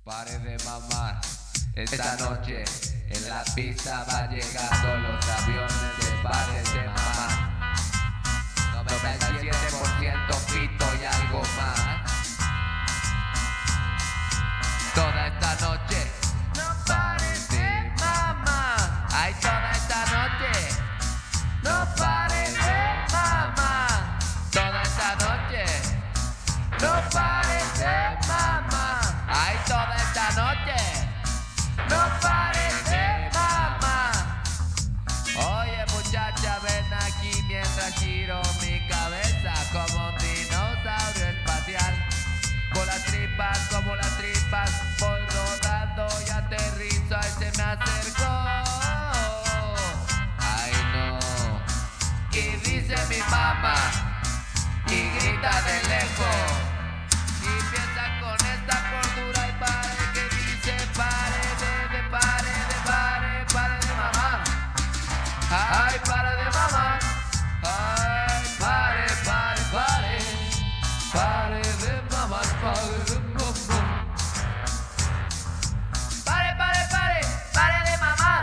Pare de mamar, esta noche en la pista va llegando los aviones de pare de mamar. 97% pito y algo más. Toda esta noche no pares de mamar. Ay, toda esta noche no pares de mamar. Toda esta noche no pares de mamar. Ay, toda esta noche no pares de mamar. Oye muchacha, ven aquí mientras giro mi cabeza como un dinosaurio espacial. Con las tripas como las tripas voy rodando y aterrizo. Ahí se me acercó. Ay no. Y dice mi mamá y grita de lejos. Y empieza con esta cordura y pare que dice pare de mamar. Ay, pare de mamar. Ay, pare de mamar. Pare de mamar. Pare de mamar.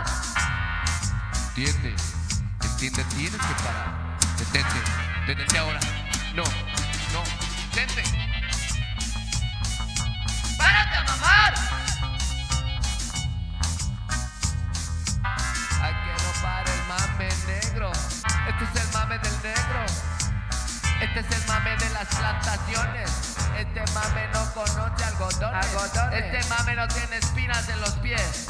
Entiende, tienes que parar. Detente ahora. No, detente. ¡Párate a mamar! Ay, que no pare el mame negro. Este es el mame del negro. Este es el mame de las plantaciones. Este mame no conoce algodones. Este mame no tiene espinas en los pies.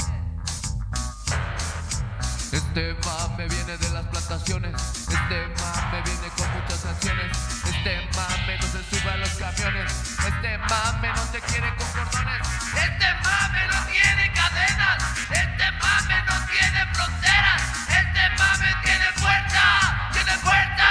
Este mame viene de las plantaciones. Este mame viene con muchas canciones. Este mame no se sube a los camiones. Este mame no te quiere con cordones. Este mame no tiene cadenas. Este mame no tiene fronteras. Este mame tiene fuerza. ¡Tiene fuerza!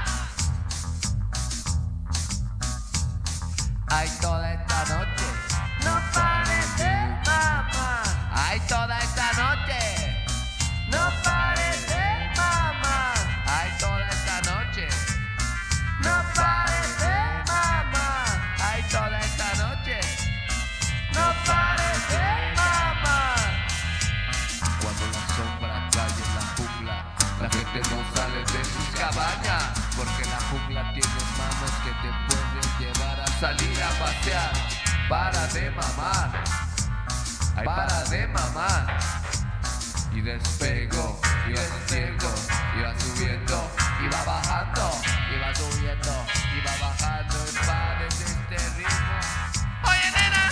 Ay, toda esta noche no pares de mamar. Ay, toda esta noche no pares de mamar. Ay, toda esta noche no pares de mamar. Ay, toda esta noche no pares de mamar. Cuando la sombra cae en la jungla, la gente no sale de sus cabañas, porque la jungla tiene manos que te pueden llevar a salir a pasear. Para de mamar. Ay, para de mamar. Y despegó, iba subiendo, iba subiendo, iba bajando, iba subiendo, iba bajando en pares de este ritmo. Oye nena,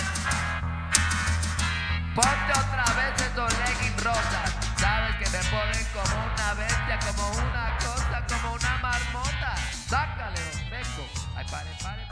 ponte otra vez esos leggings rosas. Sabes que me ponen como una bestia, como una cosa, como una marmota. Sácale los becos. Ay, pare.